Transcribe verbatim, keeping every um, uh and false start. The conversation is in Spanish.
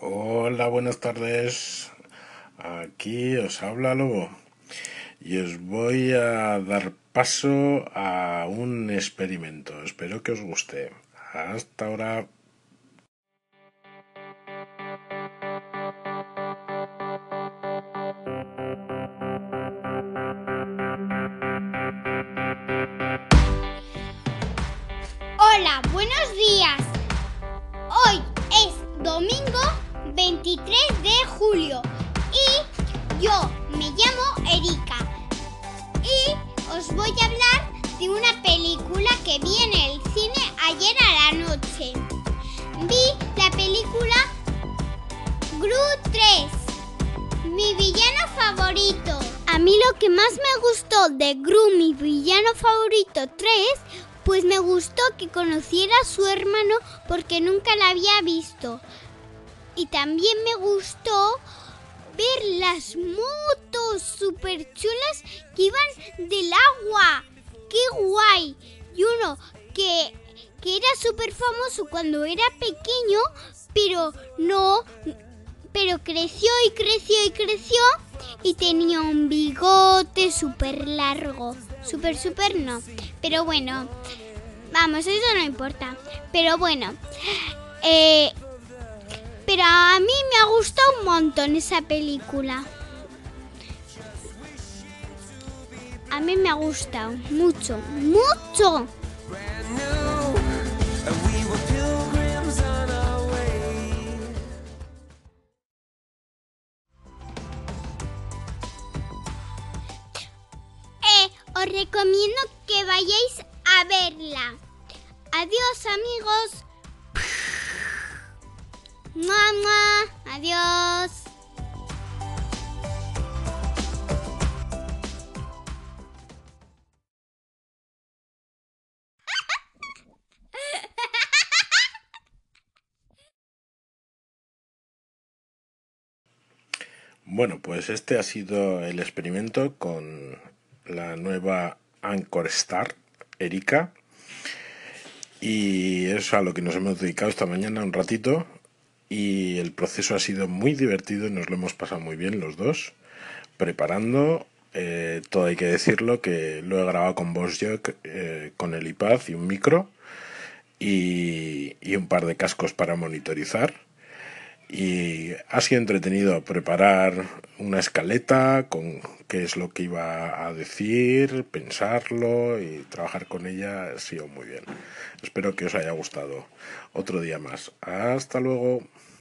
Hola, buenas tardes. Aquí os habla Lobo y os voy a dar paso a un experimento. Espero que os guste. Hasta ahora. Hola, buenos días. Hoy es domingo veintitrés de julio y yo me llamo Erika y os voy a hablar de una película que vi en el cine ayer a la noche. Vi la película Gru tres, mi villano favorito. A mí lo que más me gustó de Gru, mi villano favorito tres, pues me gustó que conociera a su hermano porque nunca la había visto. Y también me gustó ver las motos súper chulas que iban del agua. ¡Qué guay! Y uno que, que era súper famoso cuando era pequeño, pero no... pero creció y creció y creció y tenía un bigote súper largo. Súper, súper no. Pero bueno, vamos, eso no importa. Pero bueno, eh, pero a mí me ha gustado un montón esa película. A mí me ha gustado mucho, mucho. Eh, os recomiendo que vayáis a verla. Adiós, amigos. ¡Mamá! Adiós. Bueno, pues este ha sido el experimento con la nueva Anchor Star, Erika. Y es a lo que nos hemos dedicado esta mañana un ratito. Y el proceso ha sido muy divertido y nos lo hemos pasado muy bien los dos. Preparando, eh, todo hay que decirlo, que lo he grabado con VoiceJock, eh, con el iPad y un micro. Y, y un par de cascos para monitorizar. Y ha sido entretenido preparar una escaleta con qué es lo que iba a decir, pensarlo y trabajar con ella. Ha sido muy bien. Espero que os haya gustado. Otro día más. Hasta luego.